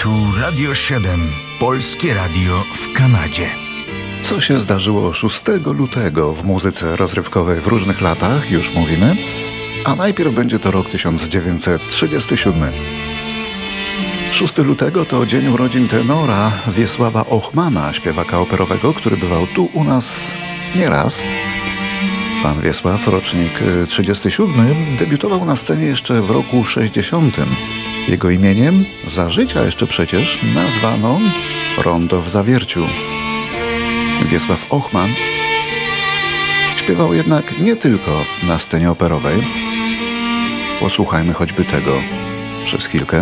Tu Radio 7, Polskie Radio w Kanadzie. Co się zdarzyło 6 lutego w muzyce rozrywkowej w różnych latach, już mówimy, a najpierw będzie to rok 1937. 6 lutego to dzień urodzin tenora Wiesława Ochmana, śpiewaka operowego, który bywał tu u nas nieraz. Pan Wiesław, rocznik 37, debiutował na scenie jeszcze w roku 60. Jego imieniem za życia jeszcze przecież nazwano Rondo w Zawierciu. Wiesław Ochman śpiewał jednak nie tylko na scenie operowej. Posłuchajmy choćby tego przez chwilkę.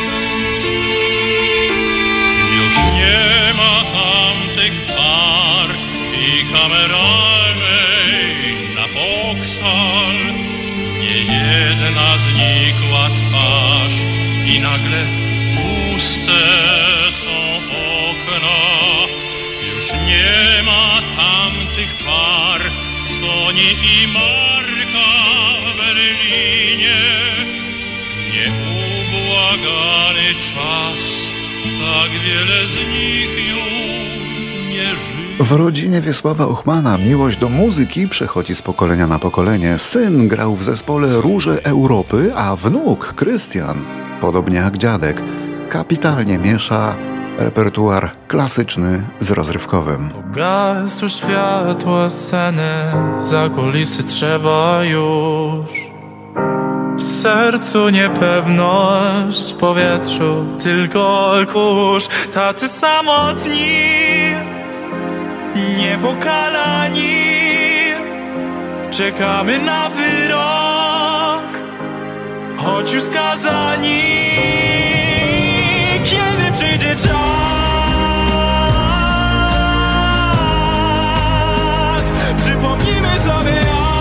Już nie ma tamtych par i kameralnej na Vauxhall. Nie jedna znikła twarz i nagle puste są okna. Już nie ma tamtych par, Soni i Marka w Berlinie. Nieubłagany czas, tak wiele z nich już nie żyje. W rodzinie Wiesława Ochmana miłość do muzyki przechodzi z pokolenia na pokolenie. Syn grał w zespole Róże Europy, a wnuk, Krystian, podobnie jak dziadek, kapitalnie miesza repertuar klasyczny z rozrywkowym. Pogasły światła sceny, za kulisy trzeba już. W sercu niepewność, w powietrzu tylko kurz. Tacy samotni, niepokalani, czekamy na wyrok, choć już skazani. Kiedy przyjdzie czas, przypomnimy sobie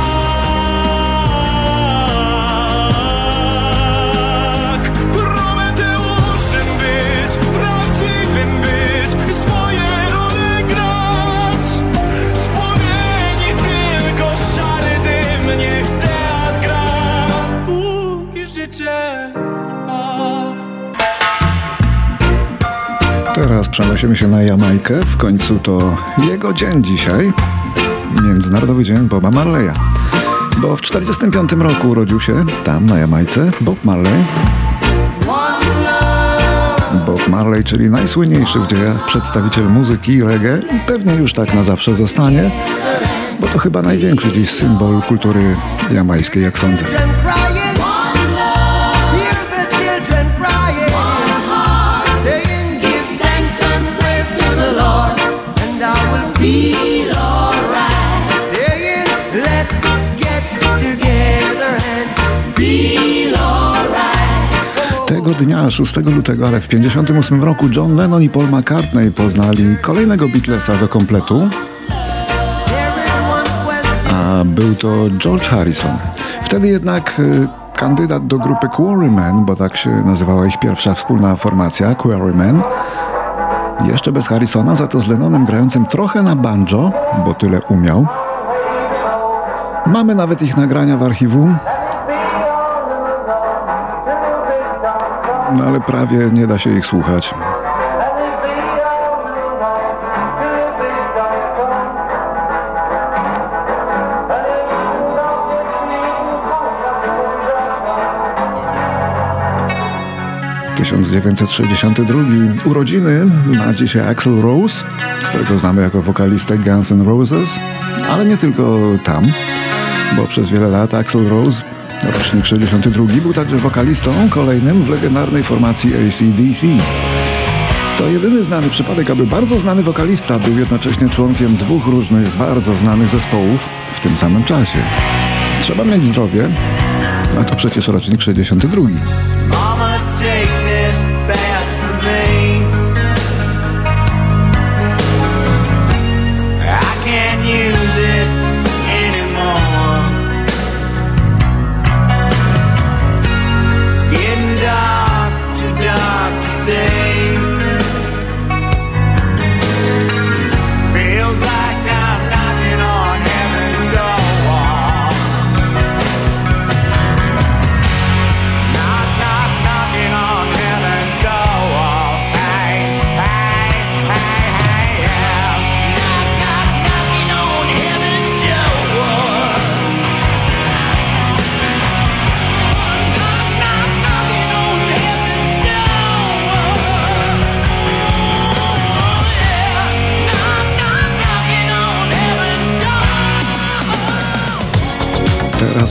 jak Prometeuszem być, prawdziwym być i swoje role grać. Z płomieni tylko szary dym, niech teatr gra, póki życie. Teraz przenosimy się na Jamajkę. W końcu to jego dzień dzisiaj. Międzynarodowy Dzień Boba Marleya. Bo w 1945 roku urodził się tam na Jamajce Bob Marley. Bob Marley, czyli najsłynniejszy w dziejach przedstawiciel muzyki reggae i pewnie już tak na zawsze zostanie, bo to chyba największy dziś symbol kultury jamajskiej, jak sądzę. Tego dnia, 6 lutego, ale w 1958 roku John Lennon i Paul McCartney poznali kolejnego Beatlesa do kompletu, a był to George Harrison. Wtedy jednak kandydat do grupy Quarrymen, bo tak się nazywała ich pierwsza wspólna formacja, Quarrymen, jeszcze bez Harrisona, za to z Lennonem grającym trochę na banjo, bo tyle umiał. Mamy nawet ich nagrania w archiwum, no ale prawie nie da się ich słuchać. W 1962 urodziny ma dzisiaj Axl Rose, którego znamy jako wokalistę Guns N' Roses, ale nie tylko tam, bo przez wiele lat Axl Rose, rocznik 62, był także wokalistą kolejnym w legendarnej formacji AC/DC. To jedyny znany przypadek, aby bardzo znany wokalista był jednocześnie członkiem dwóch różnych, bardzo znanych zespołów w tym samym czasie. Trzeba mieć zdrowie, a to przecież rocznik 62. Mama, take this bath for me. I can't use it anymore. Getting dark, too dark to say. Feels like I'm knocking on heaven's door. Knock, knock, knock.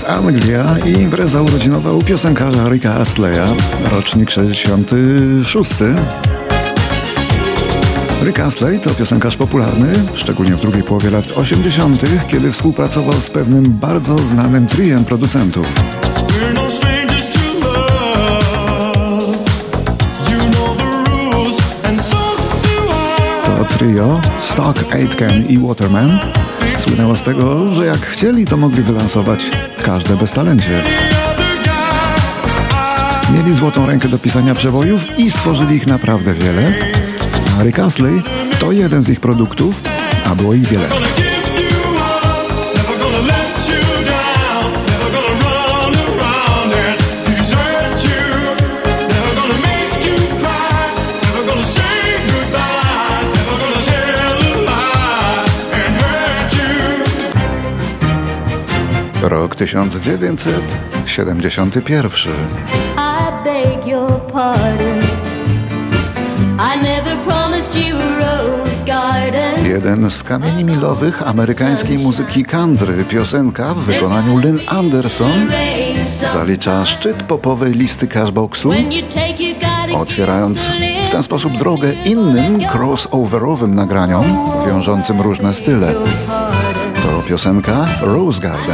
Anglia i impreza urodzinowa u piosenkarza Ricka Astleya, rocznik 66. Rick Astley to piosenkarz popularny, szczególnie w drugiej połowie lat 80., kiedy współpracował z pewnym bardzo znanym triem producentów. To trio Stock, Aitken i Waterman słynęło z tego, że jak chcieli, to mogli wylansować każde beztalencie. Mieli złotą rękę do pisania przebojów i stworzyli ich naprawdę wiele. A Rick Astley to jeden z ich produktów, a było ich wiele. Rok 1971. I beg your pardon. I never promised you a rose garden. Jeden z kamieni milowych amerykańskiej muzyki country, piosenka w wykonaniu Lynn Anderson zalicza szczyt popowej listy Cashboxu, otwierając w ten sposób drogę innym crossoverowym nagraniom wiążącym różne style. To piosenka Rose Garden.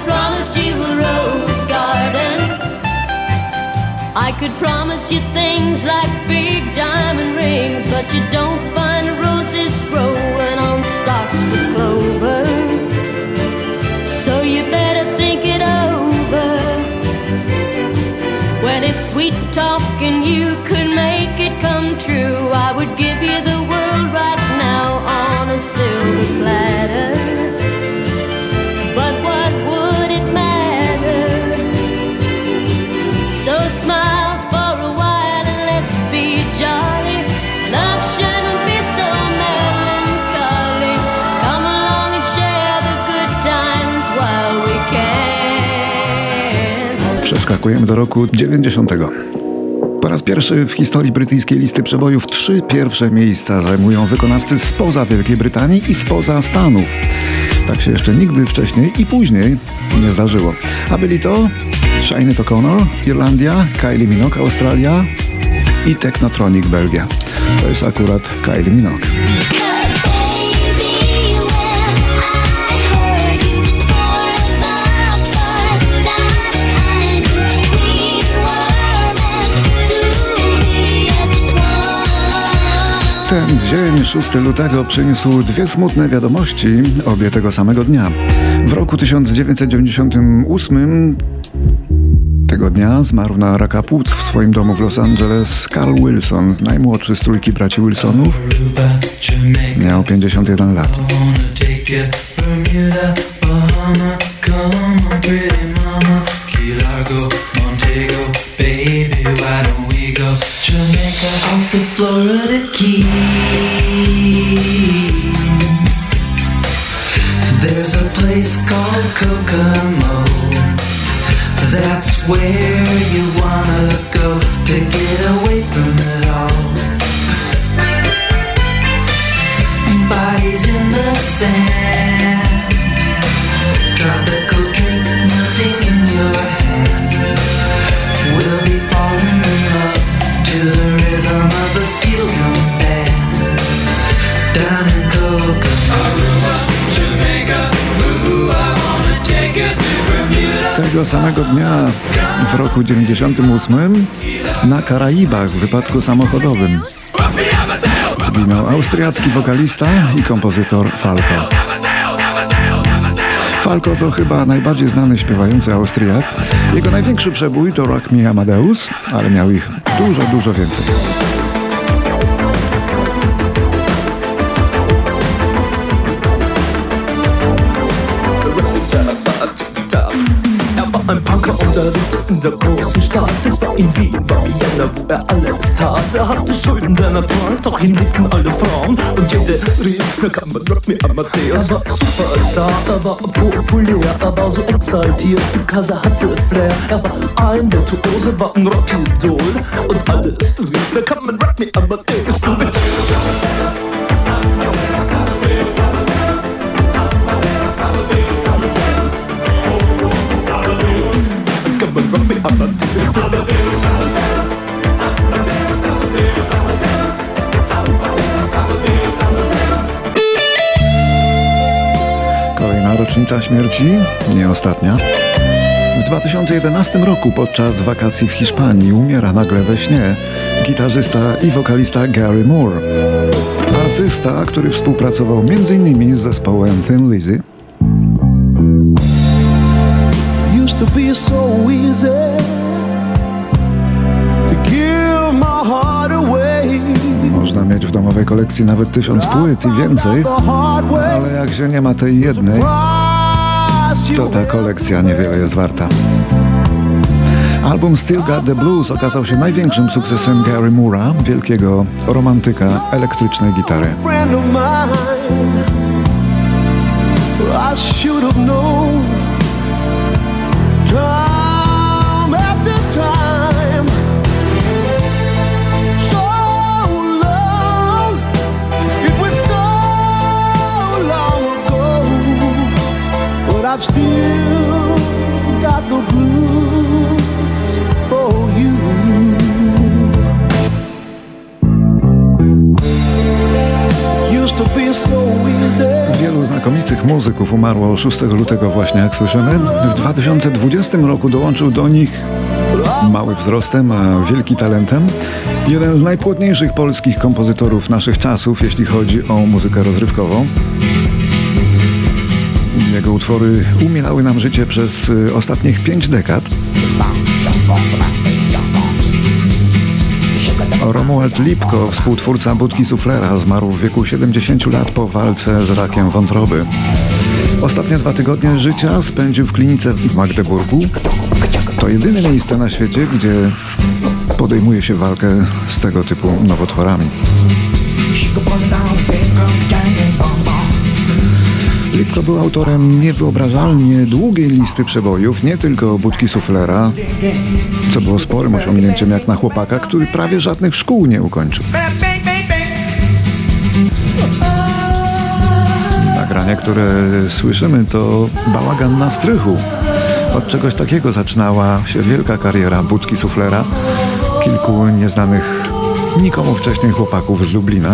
I could promise you things like big diamond rings, but you don't find roses growing on stalks of clover. So you better think it over. Well, if sweet talking you could make it come true, I would give you the world right now on a silver platter. But what would it matter? So smile for a while and let's be jolly. Love shouldn't be so melancholy. Come along and share the good times while we can. Przeskakujemy do roku 90. Po raz pierwszy w historii brytyjskiej listy przebojów 3 pierwsze miejsca zajmują wykonawcy spoza Wielkiej Brytanii i spoza Stanów. Tak się jeszcze nigdy wcześniej i później nie zdarzyło. A byli to Sinead O'Connor, Irlandia, Kylie Minogue, Australia i Technotronic, Belgia. To jest akurat Kylie Minogue. Ten dzień, 6 lutego, przyniósł dwie smutne wiadomości, obie tego samego dnia. W roku 1998 tego dnia zmarł na raka płuc w swoim domu w Los Angeles Carl Wilson, najmłodszy z trójki braci Wilsonów. Miał 51 lat. There's a place called Kokomo. That's where you wanna go to get away from it all. Bodies in the sand, tropical drink melting in your hand. We'll be falling in love to the rhythm of a steel drum band. Down in Kokomo, Aruba, Jamaica, ooh, I wanna take you to Bermuda. Tego samego dnia, w roku 98, na Karaibach w wypadku samochodowym zginął austriacki wokalista i kompozytor Falco. Falco to chyba najbardziej znany śpiewający Austriak. Jego największy przebój to Rock Me Amadeus, ale miał ich dużo więcej. Ein Punker unterrichtet in der großen Stadt. Es war in Wien, war Vienna, wo alles tat. Hatte Schulden der Natur, doch ihn liebten alle Frauen. Und jede rief, na kann man Rock Me Amadeus. Er war Superstar, war populär, war so exaltiert, Kasa hatte Flair. War ein Virtuose, war ein Rockidol. Und alles rief, na kann man Rock Me Amadeus. rock me Amadeus. Kolejna rocznica śmierci, nie ostatnia. W 2011 roku podczas wakacji w Hiszpanii umiera nagle we śnie gitarzysta i wokalista Gary Moore. Artysta, który współpracował m.in. z zespołem Thin Lizzy. Used to be so easy to give my heart away. Można mieć w domowej kolekcji nawet 1000 płyt i więcej, ale jak się nie ma tej jednej, to ta kolekcja niewiele jest warta. Album Still Got the Blues okazał się największym sukcesem Gary Moore'a, wielkiego romantyka elektrycznej gitary. I've still got the blues for you. Used to be so easy. Wielu znakomitych muzyków umarło 6 lutego właśnie, jak słyszymy. W 2020 roku dołączył do nich mały wzrostem, a wielki talentem jeden z najpłodniejszych polskich kompozytorów naszych czasów, jeśli chodzi o muzykę rozrywkową. Jego utwory umielały nam życie przez ostatnich 5 dekad. Romuald Lipko, współtwórca Budki Suflera, zmarł w wieku 70 lat po walce z rakiem wątroby. Ostatnie 2 tygodnie życia spędził w klinice w Magdeburgu. To jedyne miejsce na świecie, gdzie podejmuje się walkę z tego typu nowotworami. Lipko był autorem niewyobrażalnie długiej listy przebojów, nie tylko Budki Suflera, co było sporym osiągnięciem jak na chłopaka, który prawie żadnych szkół nie ukończył. Nagranie, które słyszymy, to Bałagan na strychu. Od czegoś takiego zaczynała się wielka kariera Budki Suflera, kilku nieznanych nikomu wcześniej chłopaków z Lublina.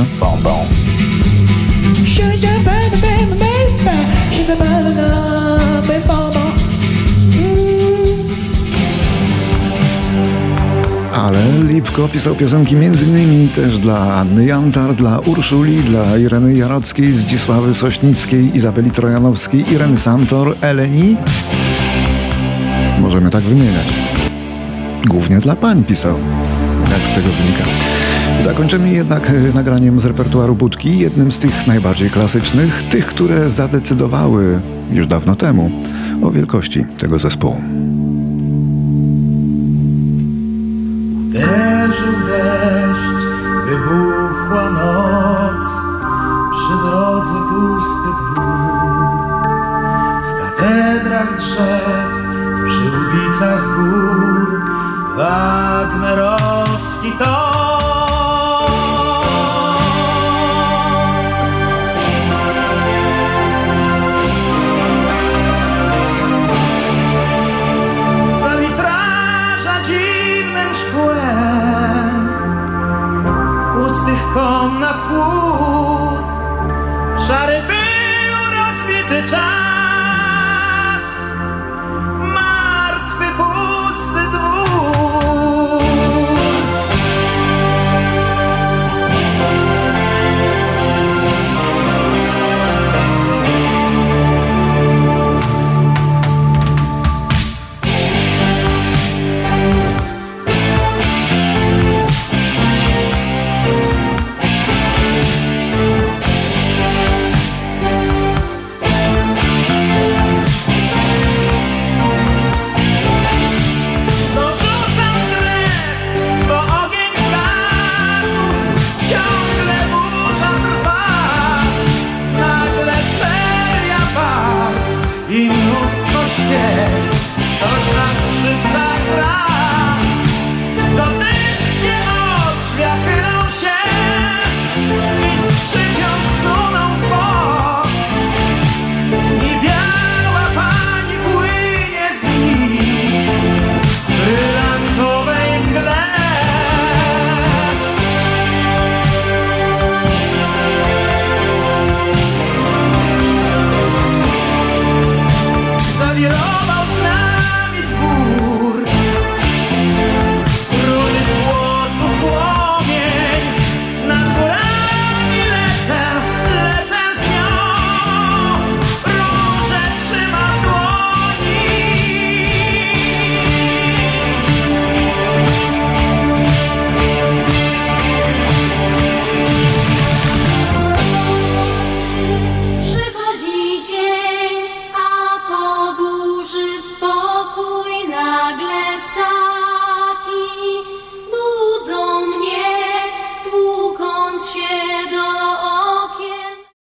Ale Lipko pisał piosenki m.in. też dla Anny Jantar, dla Urszuli, dla Ireny Jarockiej, Zdzisławy Sośnickiej, Izabeli Trojanowskiej, Ireny Santor, Eleni. Możemy tak wymieniać. Głównie dla pań pisał, jak z tego wynika. Zakończymy jednak nagraniem z repertuaru Budki, jednym z tych najbardziej klasycznych, tych, które zadecydowały już dawno temu o wielkości tego zespołu. Uderzył deszcz, wybuchła noc, przy drodze pusty dwór. W katedrach drzew, w przyłbicach gór, wagnerowski to